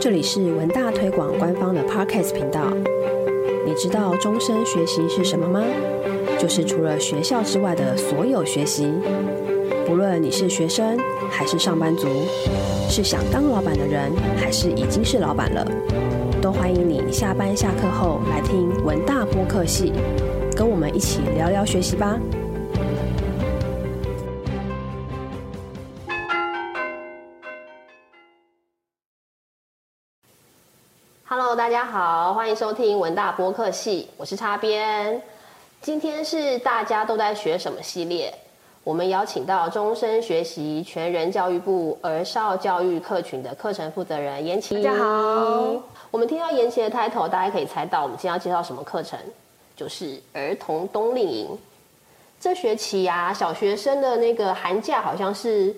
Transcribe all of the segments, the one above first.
这里是文大推广官方的 Podcast 频道。你知道终身学习是什么吗？就是除了学校之外的所有学习。不论你是学生还是上班族，是想当老板的人还是已经是老板了，都欢迎你下班下课后来听文大播客系，跟我们一起聊聊学习吧。Hello， 大家好，欢迎收听文大播客系，我是插编。今天是大家都在学什么系列？我们邀请到终身学习全人教育部儿少教育课群的课程负责人妍琪。 大家好。 我们听到妍琪的 title， 大家可以猜到我们今天要介绍什么课程，就是儿童冬令营。这学期啊，小学生的那个寒假好像是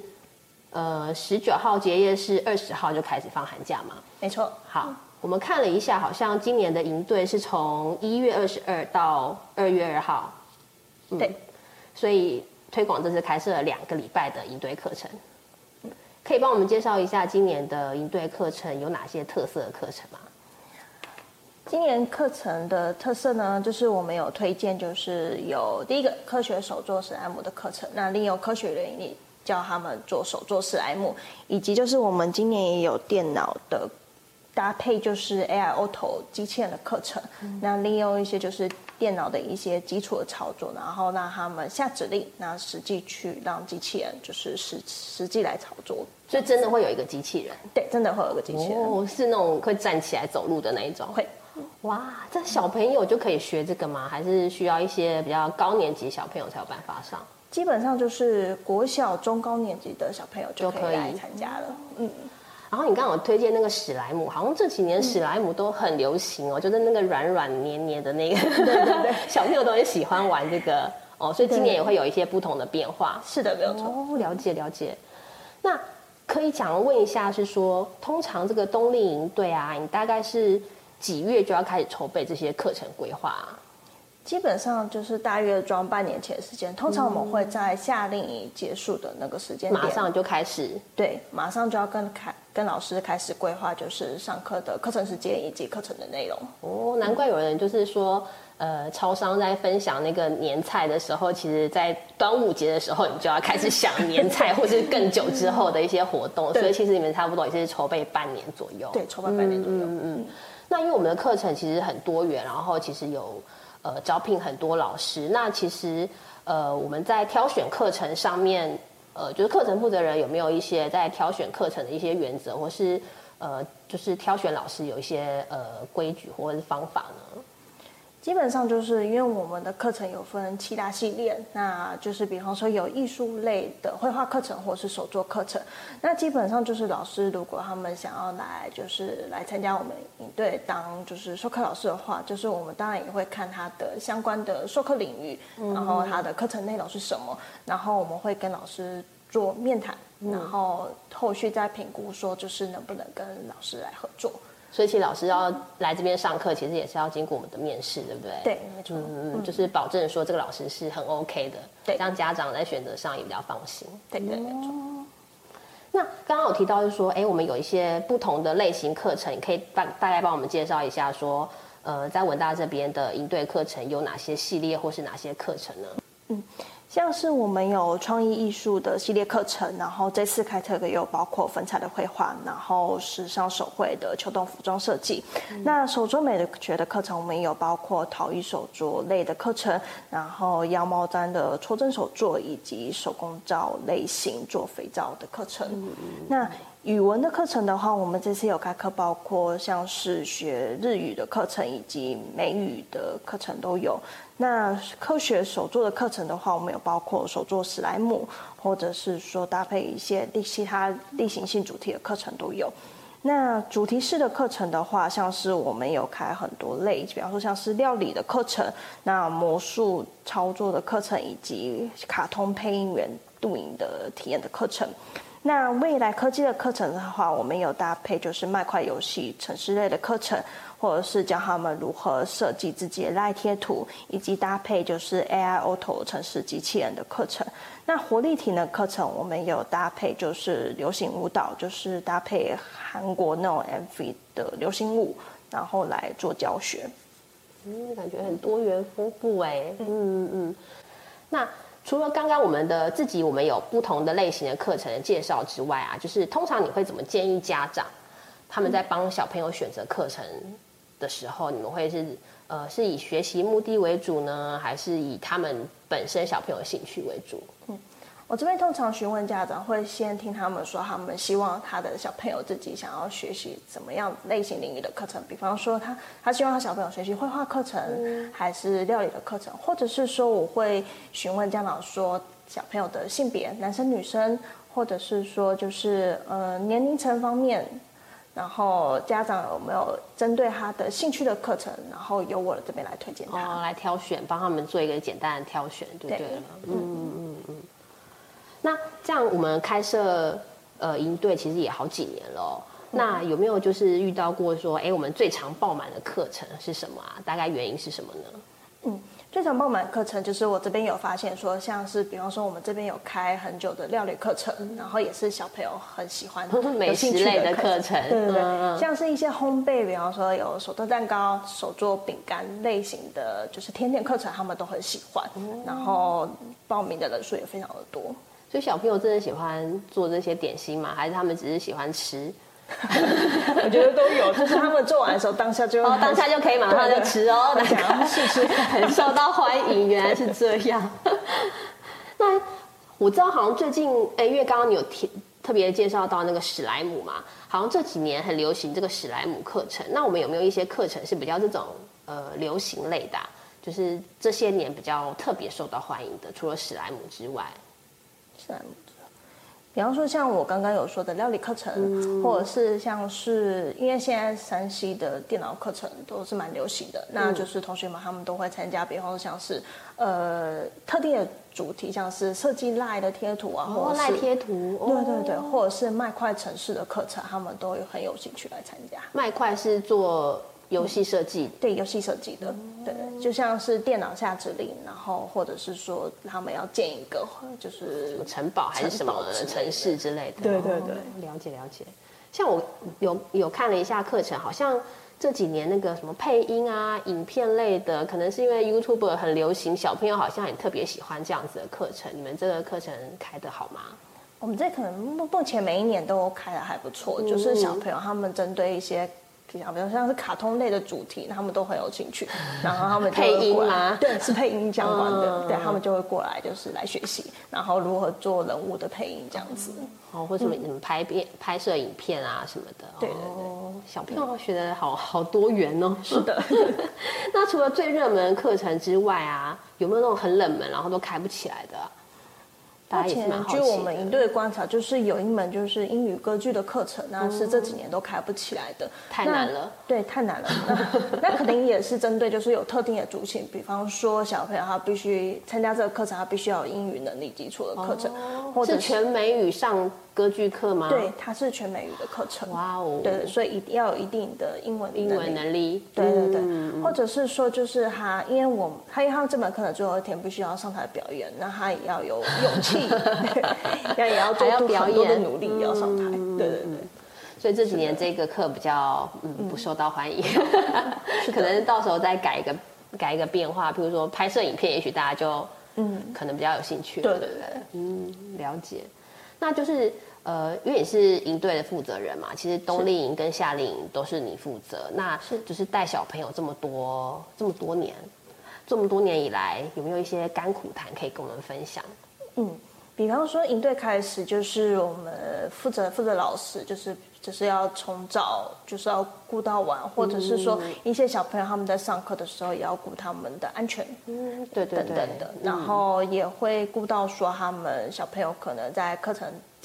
19号结业，是20号就开始放寒假嘛？ 没错。 好。我们看了一下，好像今年的营队是从1月22到2月2号。 对， 所以推广这次开设了2个礼拜的营队课程。可以帮我们介绍一下今年的营队课程有哪些特色的课程吗？ 今年课程的特色呢，就是我们有推荐，就是有第一个科学手作史莱姆的课程，那另有科学原理教他们做手作史莱姆，以及就是我们今年也有电脑的搭配，就是 AI Auto 机器人的课程，那利用一些就是电脑的一些基础的操作，然后让他们下指令，那实际去让机器人就是实际来操作。 所以真的会有一个机器人？ 对，真的会有一个机器人。 哦，是那种会站起来走路的那一种？ 会。 哇，这小朋友就可以学这个吗？还是需要一些比较高年级小朋友才有办法上？ 基本上就是国小中高年级的小朋友就可以来参加了。 然后你刚刚有推荐那个史莱姆，好像这几年史莱姆都很流行哦，就是那个软软黏黏的那个，对，小朋友都很喜欢玩这个哦，所以今年也会有一些不同的变化。 是的，没有错。 哦，了解。那可以问一下，是说通常这个冬令营队啊，你大概是几月就要开始筹备这些课程规划啊？ 基本上就是大约装半年前的时间，通常我们会在夏令营结束的那个时间点， 马上就开始。 对，马上就要跟老师开始规划，就是上课的课程时间以及课程的内容。 哦，难怪有人就是说，超商在分享那个年菜的时候，其实在端午节的时候，你就要开始想年菜，或是更久之后的一些活动。所以其实你们差不多也是筹备半年左右。 对，筹备半年左右。 那因为我们的课程其实很多元，然后其实有招聘很多老师。那其实我们在挑选课程上面，就是课程负责人有没有一些在挑选课程的一些原则，或是就是挑选老师有一些规矩或者是方法呢？ 基本上就是因为我们的课程有分7大系列，那就是比方说有艺术类的绘画课程或是手作课程，那基本上就是老师如果他们想要来参加我们营队当就是授课老师的话，就是我们当然也会看他的相关的授课领域，然后他的课程内容是什么，然后我们会跟老师做面谈，然后后续再评估说就是能不能跟老师来合作。 所以其实老师要来这边上课，其实也是要经过我们的面试，对不对？ 对，没错。 就是保证说这个老师是很 OK 的， 对， 让家长在选择上也比较放心。 对，没错。 那刚刚有提到就是说，我们有一些不同的类型课程，你可以大概帮我们介绍一下说，在文大这边的营队课程有哪些系列或是哪些课程呢？ 像是我们有创意艺术的系列课程，然后这次开特也有包括粉彩的绘画，然后时尚手绘的秋冬服装设计。那手作美学的课程，我们也有包括陶艺手作类的课程，然后羊毛毡的戳针手作，以及手工皂类型做肥皂的课程。那语文的课程的话，我们这次有开课，包括像是学日语的课程以及美语的课程都有。那科学手作的课程的话，我们有包括手作史莱姆，或者是说搭配一些其他例行性主题的课程都有。那主题式的课程的话，像是我们有开很多类，比方说像是料理的课程，那魔术操作的课程，以及卡通配音员录影的体验的课程。 那未来科技的课程的话，我们有搭配就是麦块游戏、程式类的课程，或者是教他们如何设计自己的赖贴图，以及搭配就是 AI Auto 程式机器人的课程。那活力体能课程我们有搭配就是流行舞蹈，就是搭配韩国那种 MV 的流行舞，然后来做教学。 感觉很多元丰富哎。那除了刚刚我们有不同的类型的课程的介绍之外啊，就是通常你会怎么建议家长他们在帮小朋友选择课程的时候，你们会是以学习目的为主呢，还是以他们本身小朋友的兴趣为主？ 我这边通常询问家长，会先听他们说他们希望他的小朋友自己想要学习怎么样类型领域的课程，比方说他希望他小朋友学习绘画课程，还是料理的课程，或者是说我会询问家长说小朋友的性别，男生女生，或者是说就是年龄层方面，然后家长有没有针对他的兴趣的课程，然后由我这边来推荐他， 来挑选，帮他们做一个简单的挑选，对不对了？那这样我们开设营队其实也好几年了那有没有就是遇到过说，我们最常爆满的课程是什么啊？大概原因是什么呢？ 最常爆满课程就是我这边有发现说，像是比方说我们这边有开很久的料理课程，然后也是小朋友很喜欢美食类的课程， 对，像是一些烘焙，比方说有手做蛋糕、手做饼干类型的，就是甜点课程，他们都很喜欢，然后报名的人数也非常的多。 所以小朋友真的喜欢做这些点心吗？还是他们只是喜欢吃？ 我觉得都有，就是他们做完的时候，当下就当下就可以马上就吃哦， 想要试吃， 很受到欢迎。原来是这样。那我知道，好像最近因为刚刚你有特别介绍到那个史莱姆嘛，好像这几年很流行这个史莱姆课程。那我们有没有一些课程是比较这种流行类的就是这些年比较特别受到欢迎的？除了史莱姆之外。 比方说像我刚刚有说的料理课程，或者是像是因为现在3C 的电脑课程都是蛮流行的，那就是同学们他们都会参加，比方说像是特定的主题，像是设计赖的贴图啊，或者是赖贴图， 对，或者是麦块程式的课程，他们都很有兴趣来参加。 麦块是做游戏设计， 对，游戏设计的，对，就像是电脑下指令，然后或者是说他们要建一个就是什么城堡还是什么城市之类的， 对， 了解。像我有看了一下课程，好像这几年那个什么配音啊、影片类的，可能是因为 YouTuber 很流行，小朋友好像也特别喜欢这样子的课程。你们这个课程开得好吗？ 我们这可能目前每一年都开得还不错，就是小朋友他们针对一些比较像是卡通类的主题，他们都很有兴趣，然后他们就配音会过来吗？ 对，是配音相关的，对他们就会过来就是来学习，然后如何做人物的配音这样子， 或者什么拍摄影片啊什么的， 对， 小朋友学的好多元哦。 是的。 那除了最热门的课程之外啊，有没有那种很冷门然后都开不起来的？ 目前据我们营队的观察，就是有一门就是英语歌剧的课程，那是这几年都开不起来的， 太难了。 对，太难了。那可能也是针对就是有特定的族群，比方说小朋友他必须参加这个课程，他必须要有英语能力基础的课程，或者是全美语上歌剧课吗？ 对，它是全美语的课程。 哇哦， 对，所以一定要有一定的英文能力。对，或者是说就是他，因为他这门课的最后一天必须要上台表演，那他也要有勇气，也要做出很多的努力要上台。对。 所以这几年这个课比较不受到欢迎，可能到时候再改一个变化，比如说拍摄影片，也许大家就可能比较有兴趣。 对， 了解。那就是因为你是营队的负责人嘛，其实冬令营跟夏令营都是你负责。那就是带小朋友这么多年以来，有没有一些甘苦谈可以跟我们分享？ 比方说营队开始就是我们负责老师就是要从早就是要顾到晚，或者是说一些小朋友他们在上课的时候也要顾他们的安全，对等等的，然后也会顾到说他们小朋友可能在课程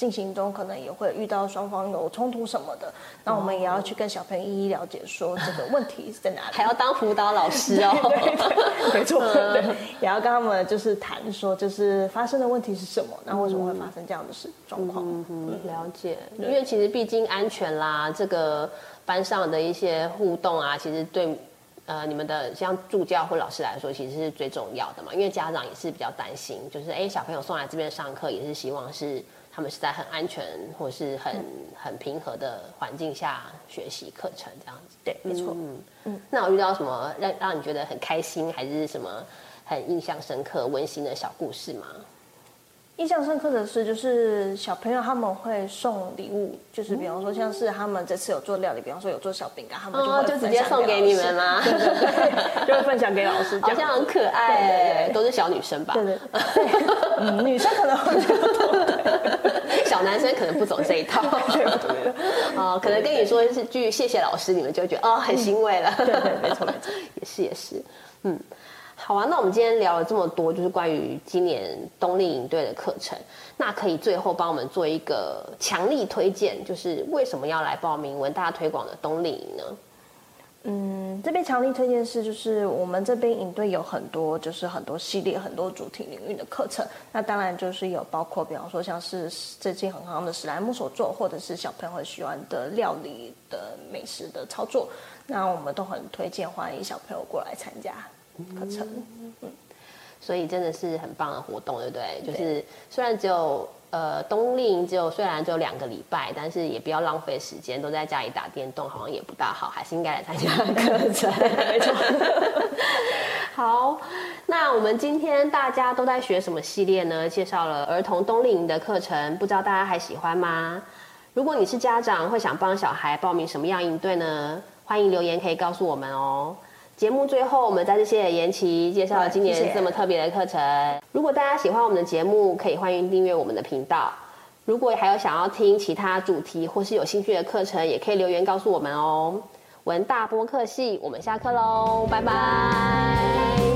进行中可能也会遇到双方有冲突什么的，那我们也要去跟小朋友一一了解说这个问题是在哪里， 还要当辅导老师哦。 对，没错，对，也要跟他们就是谈说就是发生的问题是什么，那为什么会发生这样的状况？ 了解，因为其实毕竟安全啦，这个班上的一些互动啊，其实对你们的像助教或老师来说，其实是最重要的嘛。因为家长也是比较担心，就是小朋友送来这边上课，也是希望是他们是在很安全或是很平和的环境下学习课程这样子。 对，没错。 那有遇到什么让你觉得很开心，还是什么很印象深刻、温馨的小故事吗？ 印象深刻的是，就是小朋友他们会送礼物，就是比方说像是他们这次有做料理，比方说有做小饼干，他们就直接送给你们啦， 对，就会分享给老师， 好像很可爱，对，都是小女生吧？ 对，女生可能会比较多， 小男生可能不走这一套，可能跟你说是句谢谢老师，你们就觉得很欣慰了， 对，没错， 也是，好啊，那我们今天聊了这么多，就是关于今年冬令营队的课程，那可以最后帮我们做一个强力推荐，就是为什么要来报名文大推广的冬令营呢？ 这边强力推荐是，就是我们这边营队有很多系列、很多主题领域的课程。那当然就是有包括，比方说像是最近很夯的史莱姆手作，或者是小朋友很喜欢的料理的美食的操作，那我们都很推荐，欢迎小朋友过来参加课程。 所以真的是很棒的活动，对不对？就是虽然只有冬令营虽然只有2个礼拜，但是也不要浪费时间，都在家里打电动，好像也不大好，还是应该来参加课程。 没错。 好，那我们今天大家都在学什么系列呢？介绍了儿童冬令营的课程，不知道大家还喜欢吗？如果你是家长，会想帮小孩报名什么样营队呢？欢迎留言可以告诉我们哦。节目最后，我们再次谢谢妍琪介绍了今年这么特别的课程。如果大家喜欢我们的节目，可以欢迎订阅我们的频道。如果还有想要听其他主题或是有兴趣的课程，也可以留言告诉我们哦。文大播客系，我们下课喽，拜拜。